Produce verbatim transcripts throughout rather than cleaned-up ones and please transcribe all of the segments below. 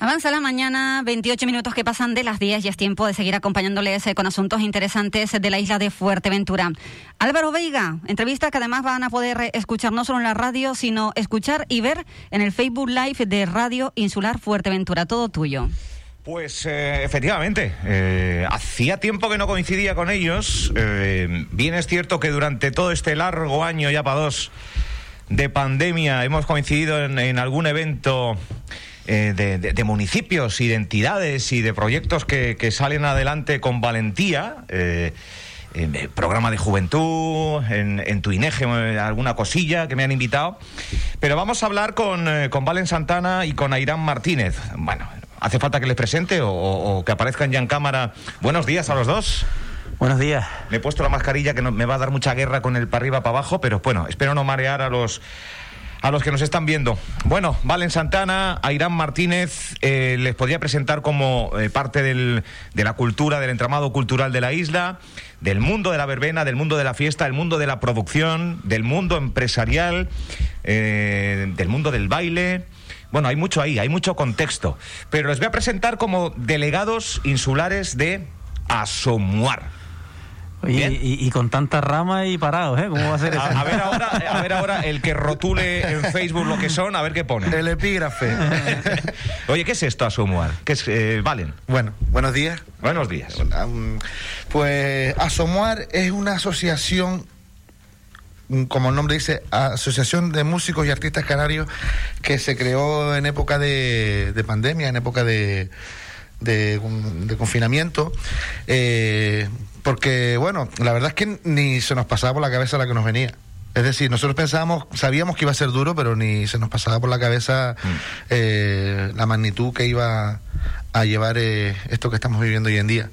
Avanza la mañana, veintiocho minutos que pasan de las diez y es tiempo de seguir acompañándoles eh, con asuntos interesantes de la isla de Fuerteventura. Álvaro Veiga, entrevista que además van a poder escuchar no solo en la radio, sino escuchar y ver en el Facebook Live de Radio Insular Fuerteventura. Todo tuyo. Pues eh, efectivamente, eh, hacía tiempo que no coincidía con ellos. Eh, bien es cierto que durante todo este largo año, ya para dos, de pandemia, hemos coincidido en, en algún evento eh, de, de, de municipios y de entidades y de proyectos que, que salen adelante con valentía. Eh, en el programa de juventud, en, en tu INEGE, alguna cosilla que me han invitado. Pero vamos a hablar con, eh, con Valen Santana y con Airán Martínez. Bueno, ¿hace falta que les presente o, o que aparezcan ya en cámara? Buenos días a los dos. Buenos días. Me he puesto la mascarilla que no, me va a dar mucha guerra con el para arriba, para abajo, pero bueno, espero no marear a los a los que nos están viendo. Bueno, Valen Santana, Airán Martínez, eh, les podría presentar como eh, parte del, de la cultura, del entramado cultural de la isla, del mundo de la verbena, del mundo de la fiesta, del mundo de la producción, del mundo empresarial, eh, del mundo del baile. Bueno, hay mucho ahí, hay mucho contexto. Pero les voy a presentar como delegados insulares de Asomuar. Oye, y, y con tanta rama y parados, ¿eh? ¿Cómo va a ser eso? A, a ver ahora, a ver ahora el que rotule en Facebook lo que son, a ver qué pone. El epígrafe. Oye, ¿qué es esto, Asomuar? ¿Qué es, eh, Valen? Bueno, buenos días. Buenos días. Um, pues Asomuar es una asociación, como el nombre dice, Asociación de Músicos y Artistas Canarios, que se creó en época de, de pandemia, en época de, de, de confinamiento, eh, porque, bueno, la verdad es que ni se nos pasaba por la cabeza la que nos venía. Es decir, nosotros pensábamos, sabíamos que iba a ser duro, pero ni se nos pasaba por la cabeza mm. eh, la magnitud que iba a llevar eh, esto que estamos viviendo hoy en día.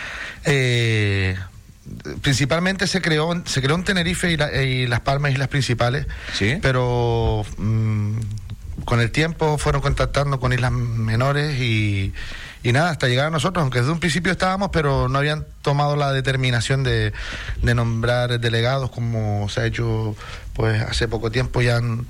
Eh... Principalmente se creó se creó en Tenerife y, la, y Las Palmas, islas principales, ¿sí? Pero mmm, con el tiempo fueron contactando con islas menores y, y nada, hasta llegar a nosotros, aunque desde un principio estábamos, pero no habían tomado la determinación de, de nombrar delegados como se ha hecho pues hace poco tiempo. Ya han,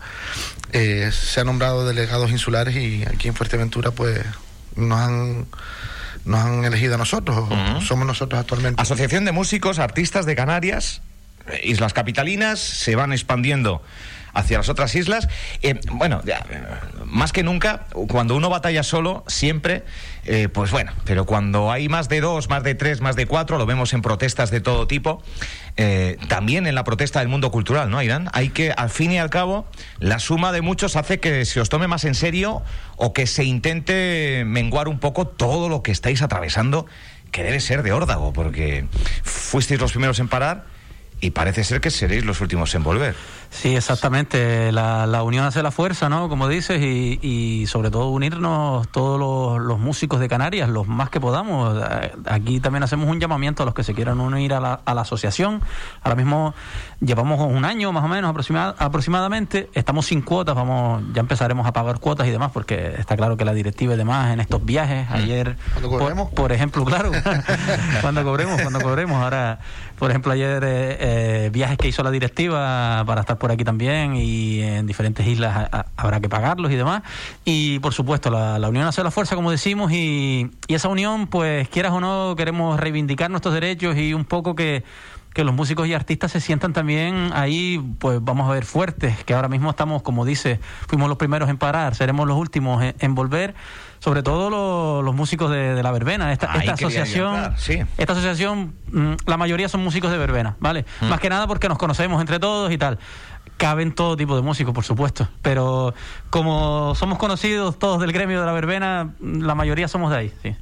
eh, se han nombrado delegados insulares y aquí en Fuerteventura pues nos han nos han elegido a nosotros, uh-huh. Somos nosotros actualmente. Asociación de Músicos, Artistas de Canarias, Islas Capitalinas, se van expandiendo hacia las otras islas. Eh, bueno, ya, más que nunca, cuando uno batalla solo, siempre, eh, pues bueno, pero cuando hay más de dos, más de tres, más de cuatro, lo vemos en protestas de todo tipo, eh, también en la protesta del mundo cultural, ¿no, Airán? Hay que, al fin y al cabo, la suma de muchos hace que se os tome más en serio o que se intente menguar un poco todo lo que estáis atravesando, que debe ser de órdago, porque fuisteis los primeros en parar y parece ser que seréis los últimos en volver. Sí, exactamente. La, la unión hace la fuerza, ¿no? Como dices, y, y sobre todo unirnos todos los, los músicos de Canarias, los más que podamos. Aquí también hacemos un llamamiento a los que se quieran unir a la, a la asociación. Ahora mismo llevamos un año más o menos aproximad, aproximadamente. Estamos sin cuotas, vamos, ya empezaremos a pagar cuotas y demás, porque está claro que la directiva y demás en estos viajes, ayer... ¿Cuándo cobremos? Por, por ejemplo, claro, cuando cobremos, cuando cobremos. Ahora, por ejemplo, ayer eh, eh, viajes que hizo la directiva para estar por aquí también y en diferentes islas a, a, habrá que pagarlos y demás. Y por supuesto la, la unión hace la fuerza, como decimos, y, y esa unión, pues quieras o no, queremos reivindicar nuestros derechos y un poco que, que los músicos y artistas se sientan también ahí, pues vamos a ver, fuertes, que ahora mismo estamos, como dice, fuimos los primeros en parar, seremos los últimos en, en volver. Sobre todo los, los músicos de, de la verbena. Esta, esta asociación, sí. esta asociación, la mayoría son músicos de verbena, ¿vale? Mm. Más que nada porque nos conocemos entre todos y tal. Caben todo tipo de músicos, por supuesto, pero como somos conocidos todos del gremio de la verbena, la mayoría somos de ahí, sí.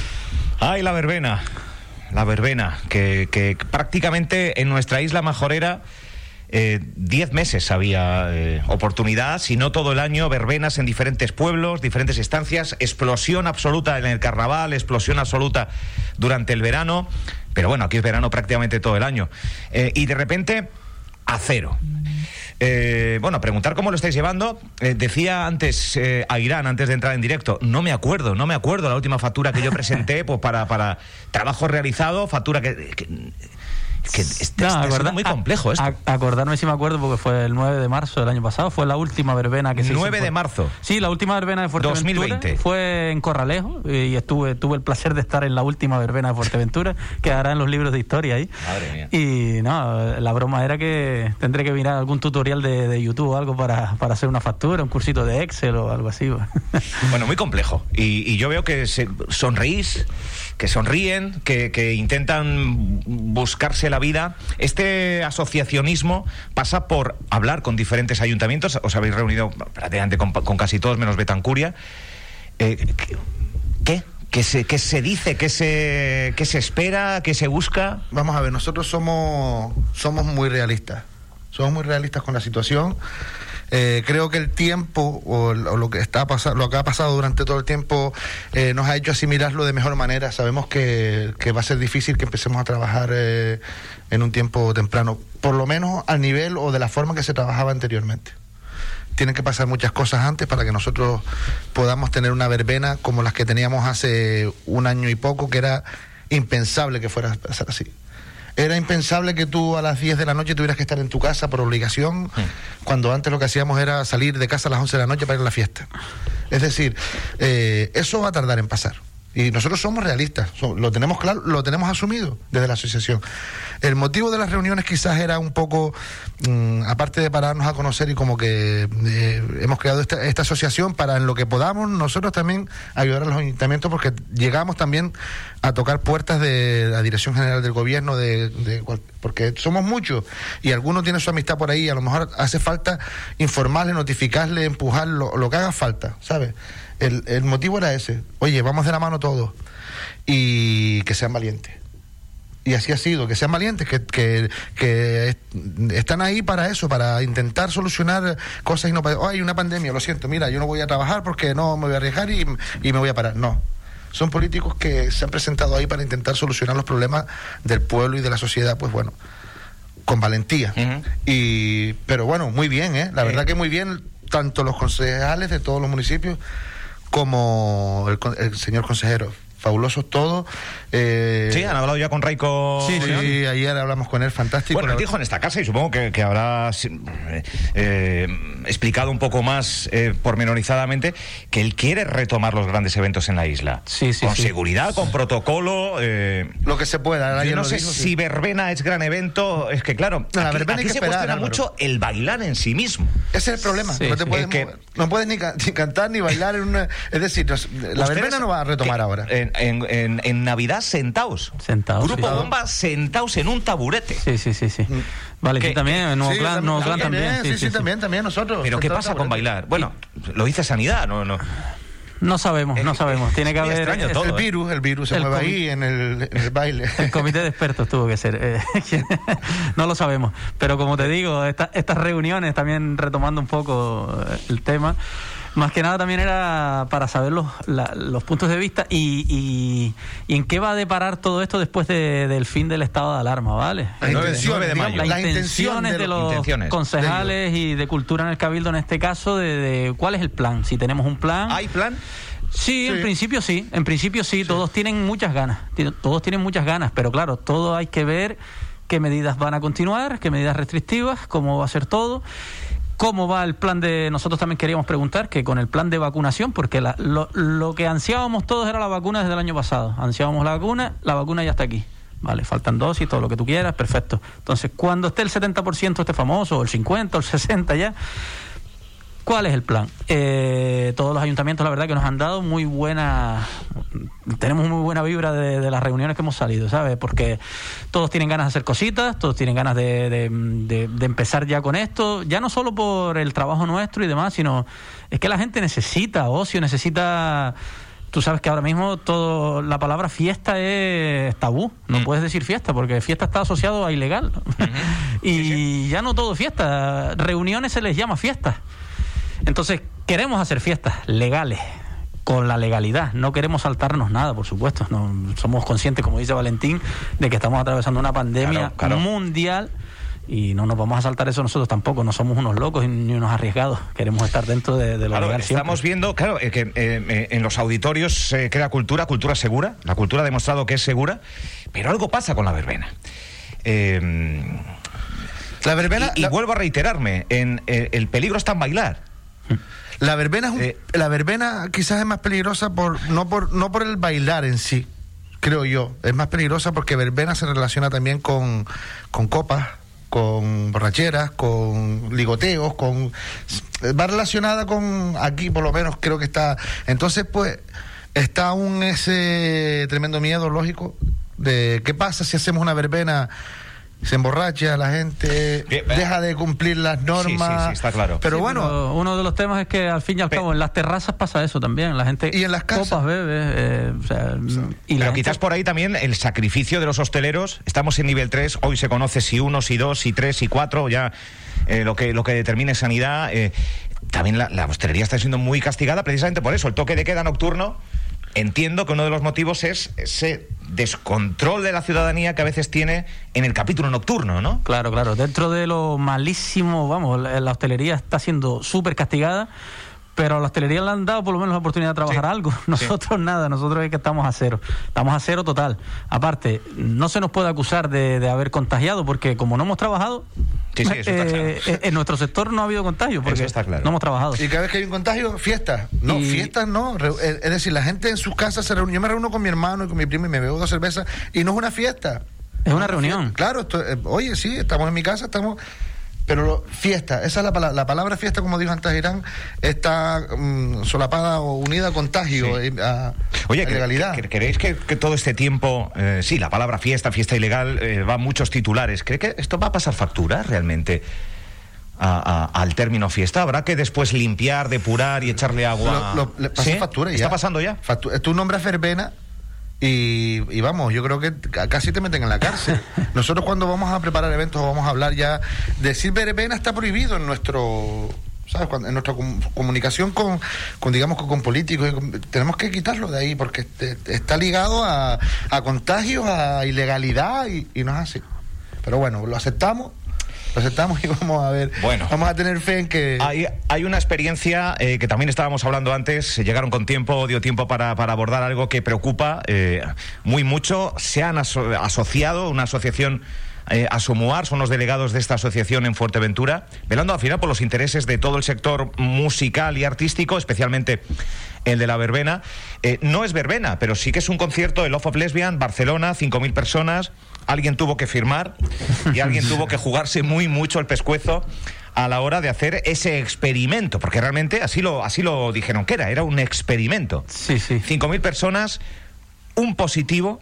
Ay, la verbena, la verbena, que, que prácticamente en nuestra isla majorera Eh, diez meses había eh, oportunidad, si no todo el año, verbenas en diferentes pueblos, diferentes estancias, explosión absoluta en el carnaval, explosión absoluta durante el verano, pero bueno, aquí es verano prácticamente todo el año, eh, y de repente a cero. Eh, bueno, preguntar cómo lo estáis llevando. Eh, decía antes eh, Airán, antes de entrar en directo, no me acuerdo, no me acuerdo la última factura que yo presenté pues para, para trabajo realizado, factura que... que que este, No, está acorda- siendo muy complejo esto. a- acordarme si me acuerdo porque fue el nueve de marzo del año pasado, fue la última verbena que se hizo. nueve en de Fuer- marzo. Sí, la última verbena de Fuerteventura. dos mil veinte. Fue en Corralejo y estuve tuve el placer de estar en la última verbena de Fuerteventura, quedará en los libros de historia ahí. Madre mía. Y no, la broma era que tendré que mirar algún tutorial de, de YouTube o algo para, para hacer una factura, un cursito de Excel o algo así. Bueno, muy complejo. Y, y yo veo que se, sonreís, que sonríen, que, que intentan buscarse la vida. Este asociacionismo pasa por hablar con diferentes ayuntamientos. Os habéis reunido prácticamente con, con casi todos, menos Betancuria. Eh, ¿Qué? ¿Qué se, qué se dice? ¿Qué se, qué se espera? ¿Qué se busca? Vamos a ver, nosotros somos, somos muy realistas. Somos muy realistas con la situación. Eh, creo que el tiempo o, o lo que está pasando, lo que ha pasado durante todo el tiempo eh, nos ha hecho asimilarlo de mejor manera. Sabemos que, que va a ser difícil que empecemos a trabajar eh, en un tiempo temprano, por lo menos al nivel o de la forma que se trabajaba anteriormente. Tienen que pasar muchas cosas antes para que nosotros podamos tener una verbena como las que teníamos hace un año y poco, que era impensable que fuera a ser así. Era impensable que tú a las diez de la noche tuvieras que estar en tu casa por obligación, mm. cuando antes lo que hacíamos era salir de casa a las once de la noche para ir a la fiesta. Es decir, eh, eso va a tardar en pasar. Y nosotros somos realistas, so, lo tenemos claro, lo tenemos asumido desde la asociación. El motivo de las reuniones quizás era un poco, mmm, aparte de pararnos a conocer y como que eh, hemos creado esta, esta asociación para en lo que podamos nosotros también ayudar a los ayuntamientos, porque llegamos también a tocar puertas de la Dirección General del Gobierno, de, de porque somos muchos y algunos tienen su amistad por ahí, y a lo mejor hace falta informarle, notificarle, empujar lo, lo que haga falta, ¿sabes? El, el motivo era ese. Oye, vamos de la mano todos y que sean valientes. Y así ha sido, que sean valientes, que, que, que est están ahí para eso, para intentar solucionar cosas y no para... Oh, hay una pandemia, lo siento, mira, yo no voy a trabajar porque no me voy a arriesgar y, y me voy a parar. No. Son políticos que se han presentado ahí para intentar solucionar los problemas del pueblo y de la sociedad, pues bueno, con valentía. Uh-huh. Y pero bueno, muy bien, ¿eh? La verdad que muy bien, tanto los concejales de todos los municipios como el, el señor consejero. Fabulosos todos. Eh... Sí, han hablado ya con Raico. Sí, sí, sí, ayer hablamos con él, fantástico. Bueno, él dijo en esta casa y supongo que, que habrá eh, explicado un poco más eh, pormenorizadamente que él quiere retomar los grandes eventos en la isla. Sí, sí, con sí. seguridad, con protocolo. Eh, lo que se pueda. Yo no sé dijo, si sí. verbena es gran evento. Es que claro, no, la aquí, verbena aquí hay que se esperar, cuestiona Álvaro. mucho el bailar en sí mismo. Ese es el problema. Sí, no te sí. puedes Es que, mover. No puedes ni, ca ni cantar ni bailar en una... Es decir, nos, la verbena no va a retomar que, ahora. En, en, en, en Navidad sentaos. Sentaos. Grupo sí. Bomba sentaos en un taburete. Sí, sí, sí, sí. Mm. Valentín Que- también, en Nuevo Sí, Clan, también, Nuevo Clan también, también. Sí, sí, sí, también, también nosotros. Pero ¿qué Sentados pasa con taburete. bailar? Bueno, lo dice Sanidad, no, no. No sabemos, no Es- sabemos. Tiene que es muy haber... extraño es- todo. El ¿eh? virus, el virus se El mueve COVID. ahí en el, en el baile. El comité de expertos tuvo que ser. eh, no lo sabemos. Pero como te digo, esta- estas reuniones, también retomando un poco eh, el tema, más que nada también era para saber los, la- los puntos de vista y, y, y en qué va a deparar todo esto después de- del fin del estado de alarma, ¿vale? Las nueve- intenciones, nueve de digamos, mayo. Las la intención intenciones de, de los intenciones concejales y de cultura en el Cabildo en este caso, de, de cuál es el plan, si tenemos un plan. ¿Hay plan? Sí, en Sí. principio sí, en principio sí, todos tienen muchas ganas, ti- todos tienen muchas ganas, pero claro, todo hay que ver qué medidas van a continuar, qué medidas restrictivas, cómo va a ser todo. ¿Cómo va el plan de...? Nosotros también queríamos preguntar que con el plan de vacunación, porque la- lo, lo que ansiábamos todos era la vacuna desde el año pasado. Ansiábamos la vacuna, la vacuna ya está aquí. Vale, faltan dosis, todo lo que tú quieras, perfecto. Entonces, cuando esté el setenta por ciento este famoso, o el cincuenta, o el sesenta ya, ¿cuál es el plan? Eh, todos los ayuntamientos, la verdad, que nos han dado muy buena... Tenemos muy buena vibra de, de las reuniones que hemos salido, ¿sabes? Porque todos tienen ganas de hacer cositas, todos tienen ganas de, de, de, de empezar ya con esto, ya no solo por el trabajo nuestro y demás, sino es que la gente necesita ocio, necesita... Tú sabes que ahora mismo todo la palabra fiesta es tabú. No Mm. puedes decir fiesta porque fiesta está asociado a ilegal. y Sí, sí. ya no todo es fiesta. Reuniones se les llama fiestas. Entonces, queremos hacer fiestas legales, con la legalidad. No queremos saltarnos nada, por supuesto. No, somos conscientes, como dice Valentín, de que estamos atravesando una pandemia Claro, claro. mundial y no nos vamos a saltar eso nosotros tampoco. No somos unos locos ni unos arriesgados. Queremos estar dentro de, de lo Claro, legal siempre. estamos viendo, claro, eh, que eh, eh, en los auditorios se crea cultura, cultura segura. La cultura ha demostrado que es segura, pero algo pasa con la verbena. Eh, La verbena... y y la... vuelvo a reiterarme, en, eh, el peligro está en bailar. La verbena, es un, Eh, la verbena quizás es más peligrosa por no por no por el bailar en sí, creo yo. Es más peligrosa porque verbena se relaciona también con, con copas, con borracheras, con ligoteos, con va relacionada con aquí por lo menos creo que está. Entonces pues está aún ese tremendo miedo lógico de qué pasa si hacemos una verbena. Se emborracha la gente, Bien, deja de cumplir las normas. Sí, sí, sí, está claro. Pero Sí, bueno, pero uno de los temas es que al fin y al Pe- cabo en las terrazas pasa eso también. La gente Y en las casas. copas bebe, eh, o sea, y la Pero gente- quizás por ahí también el sacrificio de los hosteleros. Estamos en nivel tres, hoy se conoce si uno, si dos, si tres, si cuatro, ya eh, lo que lo que determine sanidad. Eh, también la, la hostelería está siendo muy castigada precisamente por eso, el toque de queda nocturno. Entiendo que uno de los motivos es ese descontrol de la ciudadanía que a veces tiene en el capítulo nocturno, ¿no? Claro, claro. Dentro de lo malísimo, vamos, la, la hostelería está siendo súper castigada, pero a la hostelería le han dado por lo menos la oportunidad de trabajar Sí, algo. Nosotros nada, nosotros es que estamos a cero. Estamos a cero total. Aparte, no se nos puede acusar de, de haber contagiado, porque como no hemos trabajado, Sí, sí, eso está claro. eh, en nuestro sector no ha habido contagio, porque Eso está claro. no hemos trabajado. y cada vez que hay un contagio, fiestas. No, Y- fiestas no. Re- Es es decir, la gente en sus casas se reúne. Yo me reúno con mi hermano y con mi primo y me bebo dos cervezas y no es una fiesta. Es una No reunión. fiesta. Claro, esto, eh, oye, sí, estamos en mi casa, estamos... Pero lo- fiesta, esa es la palabra. La palabra fiesta, como dijo antes Irán, está mm, solapada o unida a contagio, Sí. eh, a, Oye, a ¿cre- ilegalidad. cre- ¿creéis que, que todo este tiempo, eh, sí, la palabra fiesta, fiesta ilegal, eh, va a muchos titulares? ¿Cree que esto va a pasar factura realmente a- a- al término fiesta? ¿Habrá que después limpiar, depurar y echarle agua? Lo- lo- le pasa ¿Sí? factura ya. ¿Está pasando ya? Factu- tú nombras verbena y, y vamos, yo creo que ca- casi te meten en la cárcel. Nosotros cuando vamos a preparar eventos o vamos a hablar ya, decir verbena está prohibido en nuestro... ¿Sabes? Cuando, en nuestra com- comunicación con, con digamos, con, con políticos, y con- tenemos que quitarlo de ahí porque este- está ligado a, a contagios, a ilegalidad y, y no es así. Pero bueno, lo aceptamos, lo aceptamos y vamos a ver, Bueno. vamos a tener fe en que... Hay, hay una experiencia eh, que también estábamos hablando antes, llegaron con tiempo, dio tiempo para, para abordar algo que preocupa eh, muy mucho. Se han aso- asociado, una asociación, eh, Asumuar, son los delegados de esta asociación en Fuerteventura, velando al final por los intereses de todo el sector musical y artístico, especialmente el de la verbena. Eh, no es verbena, pero sí que es un concierto, el Love of Lesbian, Barcelona, cinco mil personas. Alguien tuvo que firmar y alguien tuvo que jugarse muy mucho el pescuezo a la hora de hacer ese experimento, porque realmente así lo, así lo dijeron que era, era un experimento. Sí, sí. cinco mil personas, un positivo,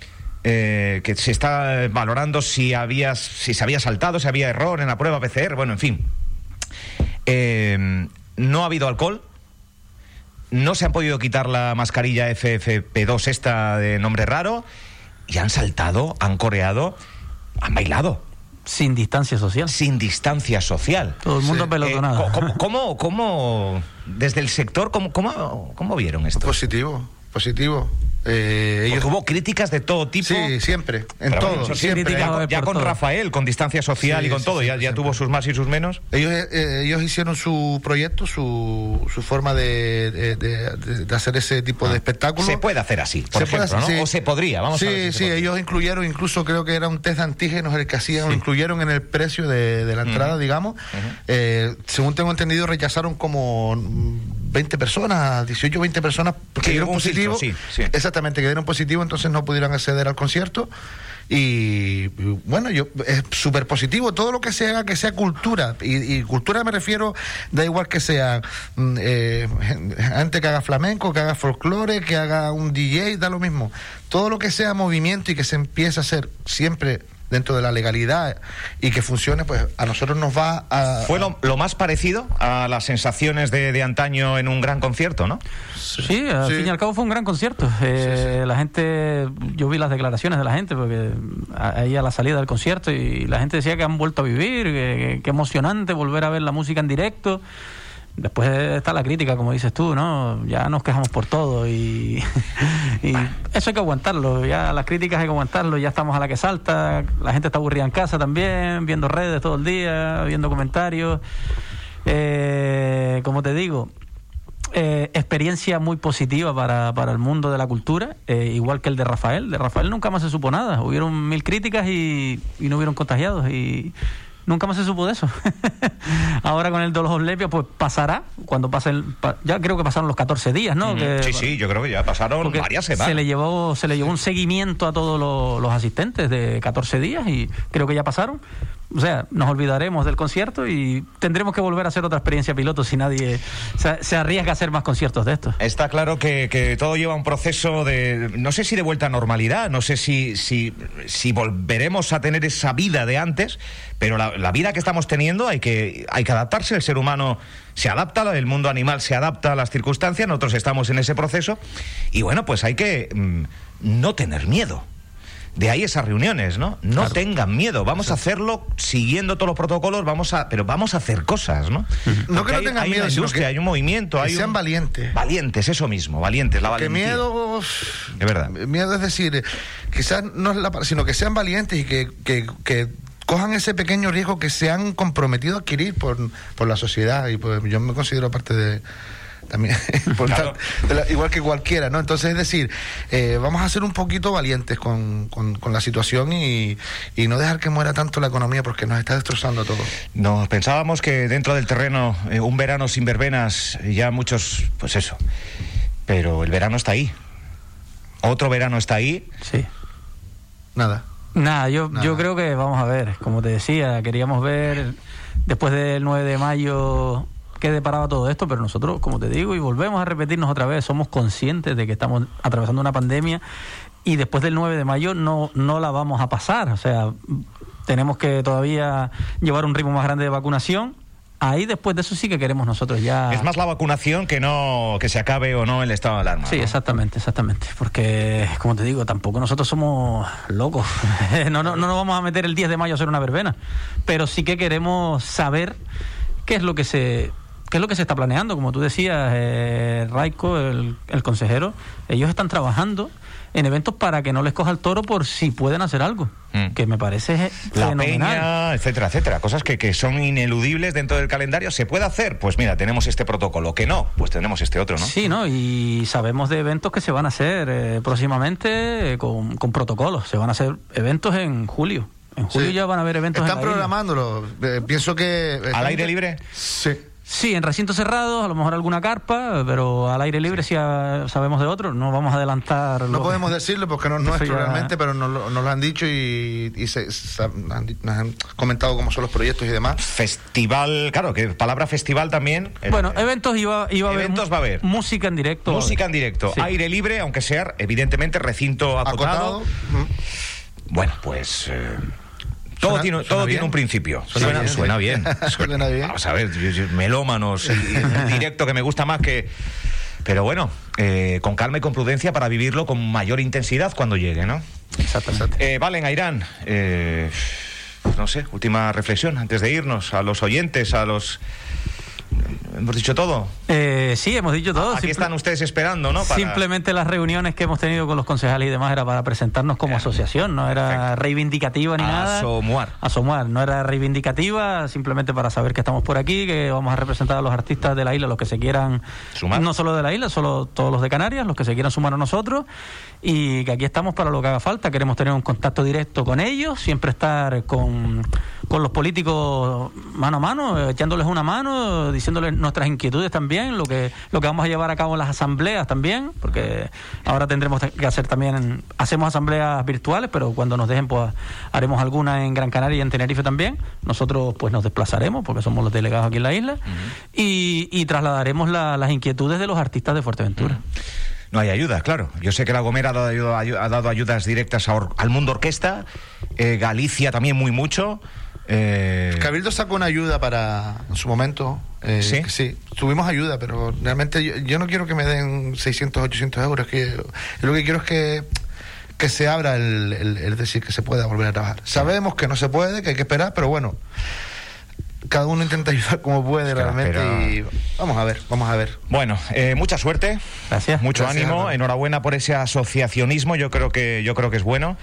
eh, que se está valorando si, había, si se había saltado, si había error en la prueba P C R, bueno, en fin. Eh, no ha habido alcohol, no se han podido quitar la mascarilla F F P dos esta de nombre raro, y han saltado, han coreado, han bailado Sin distancia social. sin distancia social. Todo el mundo Sí. pelotonado. Eh, ¿cómo, cómo, cómo, desde el sector, cómo, cómo, cómo vieron esto? Positivo, positivo. Eh, Porque ellos... hubo críticas de todo tipo. Sí, siempre, en Pero todo, bueno, eso sí, siempre. ya, criticado con- ya por con todo. Rafael, con distancia social Sí, y con sí, todo, sí, ya, ya siempre. tuvo sus más y sus menos. Ellos, eh, ellos hicieron su proyecto, su, su forma de, de, de- de hacer ese tipo de espectáculo. Se puede hacer así, por Se puede ejemplo, hacer, ¿no? sí. O se podría, vamos sí, a ver. si se Sí, podría. ellos incluyeron, incluso creo que era un test de antígenos el que hacían, lo incluyeron en el precio de, de la entrada, digamos. Eh, según tengo entendido, rechazaron como veinte personas, dieciocho, veinte personas, porque Sí, dieron hubo un positivo. filtro, sí, sí. Exactamente, que dieron positivo, entonces no pudieron acceder al concierto. Y bueno, yo es súper positivo todo lo que se haga, que sea cultura. Y, y cultura me refiero, da igual que sea mm, eh, gente que haga flamenco, que haga folclore, que haga un D J, da lo mismo. Todo lo que sea movimiento y que se empiece a hacer siempre dentro de la legalidad y que funcione, pues a nosotros nos va a... Fue lo, lo más parecido a las sensaciones de, de antaño en un gran concierto, ¿no? Sí, al Sí. fin y al cabo fue un gran concierto. Eh, La gente, yo vi las declaraciones de la gente, porque a- ahí a la salida del concierto, y la gente decía que han vuelto a vivir, que, que emocionante volver a ver la música en directo. Después está la crítica, como dices tú, ¿no? Ya nos quejamos por todo y, y eso hay que aguantarlo. Ya las críticas hay que aguantarlo. Ya estamos a la que salta. La gente está aburrida en casa también, viendo redes todo el día, viendo comentarios. Eh, como te digo, eh, experiencia muy positiva para, para el mundo de la cultura, eh, igual que el de Rafael. De Rafael nunca más se supo nada. Hubieron mil críticas y, y no hubieron contagiados y nunca más se supo de eso. Ahora con el de los Asclepios, pues pasará, cuando pasen, ya creo que pasaron los catorce días, ¿no? Mm, que, sí, sí, yo creo que ya pasaron varias semanas. Se le llevó, se le llevó un seguimiento a todos los, los asistentes de catorce días y creo que ya pasaron. O sea, nos olvidaremos del concierto y tendremos que volver a hacer otra experiencia piloto si nadie se, se arriesga a hacer más conciertos de estos. Está claro que, que todo lleva un proceso de, no sé si de vuelta a normalidad, no sé si, si, si volveremos a tener esa vida de antes, pero la, la vida que estamos teniendo hay que, hay que adaptarse. El ser humano se adapta, el mundo animal se adapta a las circunstancias, nosotros estamos en ese proceso y bueno, pues hay que mmm, no tener miedo. De ahí esas reuniones, ¿no? No claro. tengan miedo, vamos a hacerlo siguiendo todos los protocolos, vamos a, pero vamos a hacer cosas, ¿no? No que no hay, tengan hay miedo, una industria, sino que hay un movimiento, que hay sean un... valientes. Valientes, eso mismo, valientes, la valentía. Que miedo, de verdad. Miedo es decir, quizás no es la, sino que sean valientes y que, que, que cojan ese pequeño riesgo que se han comprometido a adquirir por, por la sociedad y pues yo me considero parte de también claro. de la, igual que cualquiera, ¿no? Entonces es decir, eh, vamos a ser un poquito valientes con, con, con la situación y, y no dejar que muera tanto la economía porque nos está destrozando todo. Nos pensábamos que dentro del terreno eh, un verano sin verbenas, ya muchos, pues eso, pero el verano está ahí, otro verano está ahí. Sí. Nada. Nada, yo, Nada. yo creo que vamos a ver, como te decía, queríamos ver después del nueve de mayo qué deparaba todo esto, pero nosotros, como te digo, y volvemos a repetirnos otra vez, somos conscientes de que estamos atravesando una pandemia y después del nueve de mayo no, no la vamos a pasar. O sea, tenemos que todavía llevar un ritmo más grande de vacunación. Ahí después de eso sí que queremos nosotros ya... Es más la vacunación que no que se acabe o no el estado de alarma. Sí, ¿no? exactamente, exactamente. Porque, como te digo, tampoco nosotros somos locos. no, no, no nos vamos a meter el diez de mayo a hacer una verbena. Pero sí que queremos saber qué es lo que se... ¿Qué es lo que se está planeando? Como tú decías, eh, Raico, el, el consejero, ellos están trabajando en eventos para que no les coja el toro por si pueden hacer algo, mm. que me parece la fenomenal. Peña, etcétera, etcétera, cosas que, que son ineludibles dentro del calendario. ¿Se puede hacer? Pues mira, tenemos este protocolo. ¿Que no? Pues tenemos este otro, ¿no? Sí, ¿no? Y sabemos de eventos que se van a hacer eh, próximamente eh, con, con protocolos. Se van a hacer eventos en julio. En julio sí. ya van a haber eventos. Están en la programándolo. Eh, pienso que... ¿Al están... aire libre? Sí. Sí, en recintos cerrados, a lo mejor alguna carpa, pero al aire libre sí. si a, sabemos de otro, no vamos a adelantar. No podemos decirlo porque no es nuestro ya... realmente, pero nos, nos lo han dicho y, y se, se han, nos han comentado cómo son los proyectos y demás. Festival, claro, que palabra festival también. Bueno, eh, eventos iba, iba a eventos haber, va a haber. Música en directo. Música en directo, sí. Aire libre, aunque sea evidentemente recinto acotado. acotado. Bueno, pues... Eh... Todo, suena, tiene, suena todo tiene un principio. Suena, suena bien. Suena bien. suena bien. Vamos a ver, yo, yo, melómanos, y directo que me gusta más que... Pero bueno, eh, con calma y con prudencia para vivirlo con mayor intensidad cuando llegue, ¿no? Exactamente. Eh, Valen, Airán, eh, no sé, última reflexión antes de irnos a los oyentes, a los... ¿Hemos dicho todo? Eh, sí, hemos dicho todo. Aquí Simple... están ustedes esperando, ¿no? Para... Simplemente las reuniones que hemos tenido con los concejales y demás era para presentarnos como Bien. asociación, no era Perfecto. reivindicativa ni nada. Asomar. Asomar, no era reivindicativa, simplemente para saber que estamos por aquí, que vamos a representar a los artistas de la isla, los que se quieran sumar. No solo de la isla, solo todos los de Canarias, los que se quieran sumar a nosotros, y que aquí estamos para lo que haga falta. Queremos tener un contacto directo con ellos, siempre estar con, con los políticos mano a mano, echándoles una mano, diciéndoles nuestras inquietudes también, lo que lo que vamos a llevar a cabo en las asambleas también, porque ahora tendremos que hacer también, hacemos asambleas virtuales, pero cuando nos dejen pues haremos alguna en Gran Canaria y en Tenerife también. Nosotros pues nos desplazaremos porque somos los delegados aquí en la isla, uh-huh. y, y trasladaremos la, las inquietudes de los artistas de Fuerteventura. Uh-huh. No hay ayuda, claro. Yo sé que La Gomera ha dado, ha dado ayudas directas a or, al mundo orquesta, eh, Galicia también muy mucho. Eh... Cabildo sacó una ayuda para, en su momento. Eh, ¿Sí? Sí, tuvimos ayuda, pero realmente yo, yo no quiero que me den seiscientos, ochocientos euros. Que yo, yo lo que quiero es que, que se abra el, el, el decir que se pueda volver a trabajar. Sabemos que no se puede, que hay que esperar, pero bueno, cada uno intenta ayudar como puede realmente, pero... y vamos a ver, vamos a ver. Bueno, eh, mucha suerte. Gracias. Mucho Gracias, ánimo, hermano. Enhorabuena por ese asociacionismo, yo creo que yo creo que es bueno.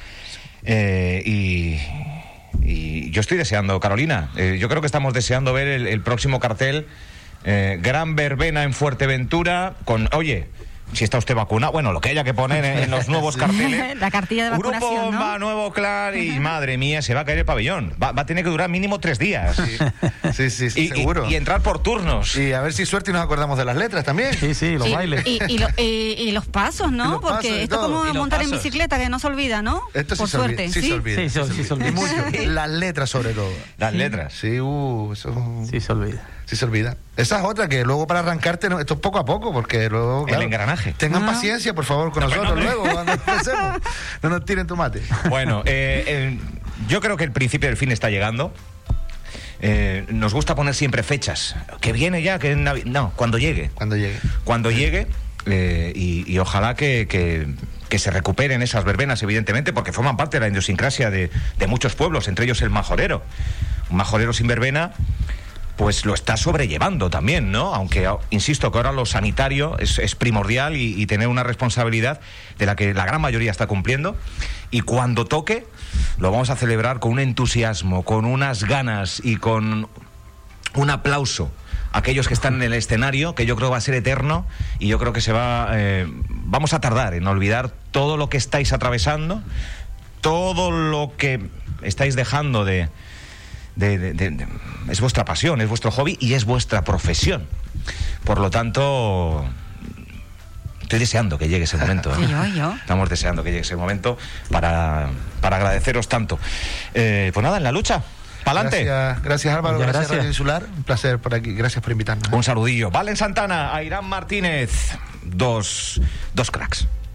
Eh, y, y yo estoy deseando, Carolina, eh, yo creo que estamos deseando ver el, el próximo cartel Eh, gran verbena en Fuerteventura con, oye, si está usted vacunado, bueno, lo que haya que poner en, en los nuevos carteles. La cartilla de vacunación, Grupo ¿no? va nuevo Clar y madre mía, se va a caer el pabellón. Va, va a tener que durar mínimo tres días. Sí, sí, sí, Y, seguro. y, y entrar por turnos. Y a ver si suerte y nos acordamos de las letras también. Sí, sí, los Sí, bailes. y, y, lo- y- y los pasos, Y ¿no? los Porque pasos y esto es todo. como Y los montar en pasos. bicicleta, que no se olvida, ¿no? Esto sí Por se olvida. suerte. Sí, se olvida. Sí, se- sí se olvida. Y mucho. Las letras sobre todo. Las letras. Sí, uh, eso Sí, se olvida. sí se olvida. Esa es otra que luego para arrancarte, no, esto es poco a poco, porque luego... El engranaje. Tengan Ah. paciencia, por favor, con No, nosotros pero no, luego, cuando empecemos. No nos tiren tomate. Bueno, eh, eh, yo creo que el principio del fin está llegando. Eh, nos gusta poner siempre fechas. Que viene ya, que en Navi- no, cuando llegue. Cuando llegue. Cuando llegue, eh, y, y ojalá que, que, que se recuperen esas verbenas, evidentemente, porque forman parte de la idiosincrasia de, de muchos pueblos, entre ellos el majorero. Un majorero sin verbena, pues lo está sobrellevando también, ¿no? Aunque, insisto, que ahora lo sanitario es, es primordial y, y tener una responsabilidad de la que la gran mayoría está cumpliendo. Y cuando toque, lo vamos a celebrar con un entusiasmo, con unas ganas y con un aplauso a aquellos que están en el escenario, que yo creo va a ser eterno, y yo creo que se va, eh, vamos a tardar en olvidar todo lo que estáis atravesando, todo lo que estáis dejando de... De, de, de, de, es vuestra pasión, es vuestro hobby y es vuestra profesión. Por lo tanto, estoy deseando que llegue ese momento. ¿eh? Sí, yo, yo. Estamos deseando que llegue ese momento para, para agradeceros tanto. Eh, pues nada, en la lucha. ¡Pa'lante! Gracias, gracias Álvaro, Muchas gracias, gracias. Radio Insular. Un placer por aquí. Gracias por invitarnos. Un saludillo. Valen Santana, Airán Martínez. Dos, dos cracks.